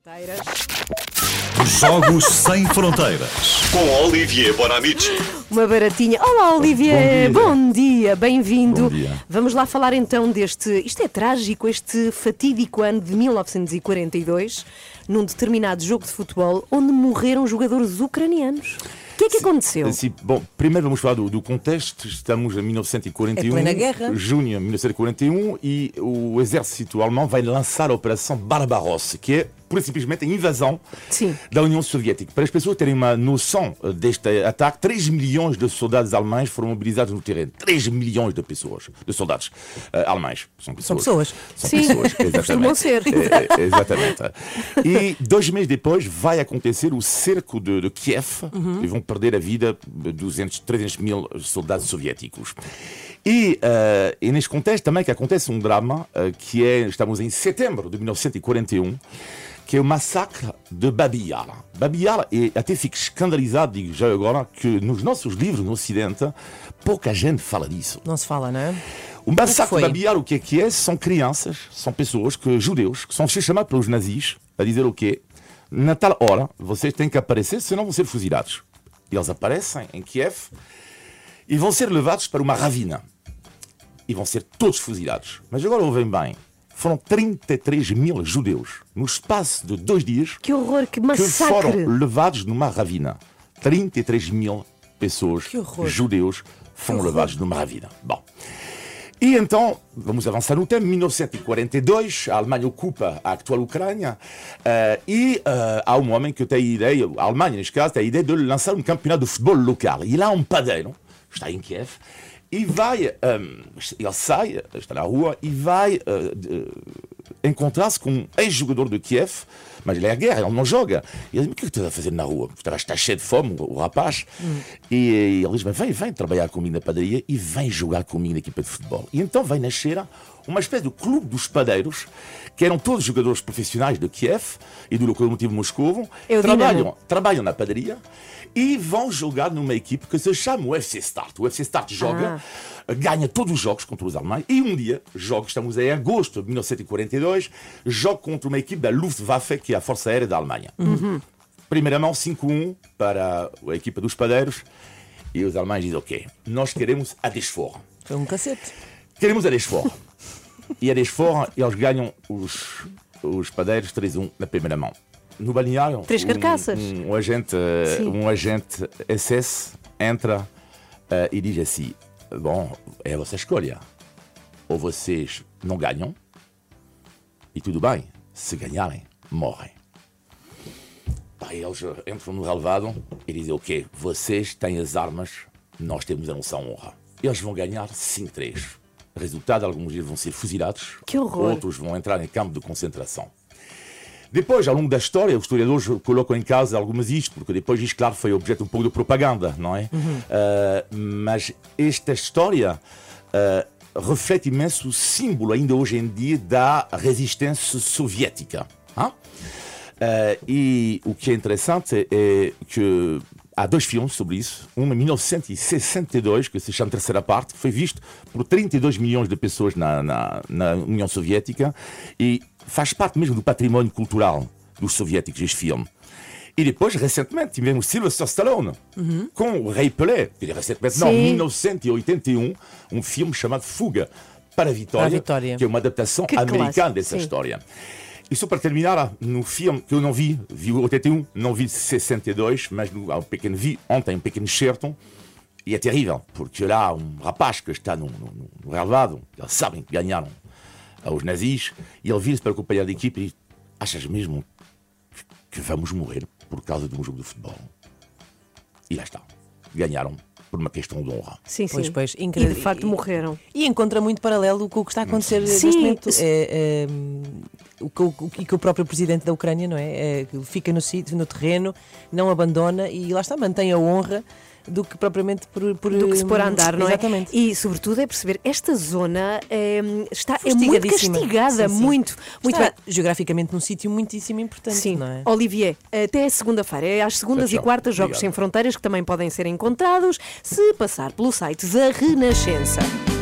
Fronteiras. Jogos Sem Fronteiras, com Olivier Bonamici. Uma baratinha. Olá, Olivier. Bom dia, bem-vindo. Bom dia. Vamos lá falar então deste... Isto é trágico, este fatídico ano de 1942, num determinado jogo de futebol onde morreram jogadores ucranianos. O que é que aconteceu? Sim, bom, primeiro vamos falar do contexto. Estamos em 1941, É plena guerra. junho de 1941, e o exército alemão vai lançar a Operação Barbarossa, que é pura e simplesmente a invasão da União Soviética. Para as pessoas terem uma noção deste ataque, 3 milhões de soldados alemães foram mobilizados no terreno. 3 milhões de pessoas, de soldados alemães. São pessoas. São Sim, pessoas, costumam exatamente. ser. Exatamente. E 2 meses depois vai acontecer o cerco de Kiev, e vão perder a vida 300 mil soldados soviéticos. E neste contexto também que acontece um drama, estamos em setembro de 1941, que é o massacre de Babi Yar. Babi Yar, até fico escandalizado, digo já agora, que nos nossos livros no Ocidente, pouca gente fala disso. Não se fala, não é? O massacre de Babi Yar, o que é? São crianças, são pessoas, judeus, que são chamados pelos nazis a dizer o quê? Na tal hora, vocês têm que aparecer, senão vão ser fuzilados. E eles aparecem em Kiev e vão ser levados para uma ravina. E vão ser todos fuzilados. Mas agora ouvem bem. Foram 33 mil judeus, no espaço de 2 dias, Que horror, que que massacre! foram levados numa ravina. 33 mil pessoas, judeus, foram levados numa ravina. Bom. E então, vamos avançar no tempo, 1942, a Alemanha ocupa a atual Ucrânia, e há um homem que tem a ideia, a Alemanha neste caso, tem a ideia de lançar um campeonato de futebol local. E lá um padeiro, está em Kiev, e vai, ele sai, está na rua, e vai encontrar-se com um ex-jogador de Kiev, mas ele é a guerra, ele não joga. E ele diz: mas o que é que tu estás a fazer na rua? Está cheio de fome, o rapaz. E ele diz: mas vem trabalhar comigo na padaria e vem jogar comigo na equipa de futebol. E então vai nascer uma espécie de clube dos padeiros, que eram todos jogadores profissionais de Kiev e do Lokomotiv Moscovo, trabalham na padaria e vão jogar numa equipe que se chama o FC Start. O FC Start joga, ganha todos os jogos contra os alemães, e um dia estamos em agosto de 1942, joga contra uma equipe da Luftwaffe, que é a Força Aérea da Alemanha. Primeiramente 5-1 para a equipa dos padeiros, e os alemães dizem: ok, nós queremos a desforra. Foi um cacete. Queremos a desforra. E a desforra, eles ganham os padeiros 3-1 na primeira mão. No balneário, 3 carcaças. Um agente SS entra e diz assim: bom, é a vossa escolha. Ou vocês não ganham, e tudo bem, se ganharem, morrem. Eles entram no relevado e dizem: ok, vocês têm as armas, nós temos a nossa honra. Eles vão ganhar 5-3. Resultado, alguns deles vão ser fuzilados, que horror. Outros vão entrar em campo de concentração. Depois, ao longo da história, os historiadores colocam em causa algumas isto, porque depois isto, claro, foi objeto um pouco de propaganda, não é? Mas esta história reflete imenso o símbolo, ainda hoje em dia, da resistência soviética. E o que é interessante é que há 2 filmes sobre isso. Um em 1962, que se chama Terceira Parte, que foi visto por 32 milhões de pessoas na União Soviética e faz parte mesmo do património cultural dos soviéticos, este filme. E depois, recentemente, tivemos Sylvester Stallone com o Rei Pelé. Recentemente, não, 1981, um filme chamado Fuga para a Vitória, que é uma adaptação americana dessa história. E só para terminar, no filme que eu não vi o 81, não vi 62, mas vi ontem um pequeno excerto, e é terrível, porque lá há um rapaz que está no relevado, eles sabem que ganharam aos nazis, e ele vira-se para o companheiro da equipe e diz: achas mesmo que vamos morrer por causa de um jogo de futebol? E lá está, ganharam por uma questão de honra. Sim. Pois, e de facto morreram. E encontra muito paralelo com o que está a acontecer neste momento. O que o próprio presidente da Ucrânia, não é? Fica no sítio, no terreno, não abandona e lá está, mantém a honra do que propriamente do que se pôr a andar, não é? Exatamente. E sobretudo é perceber, esta zona é muito castigada, muito está geograficamente num sítio muitíssimo importante, não é? Olivier, até segunda-feira, é às segundas e quartas, Jogos Sem Fronteiras, que também podem ser encontrados se passar pelo site da Renascença.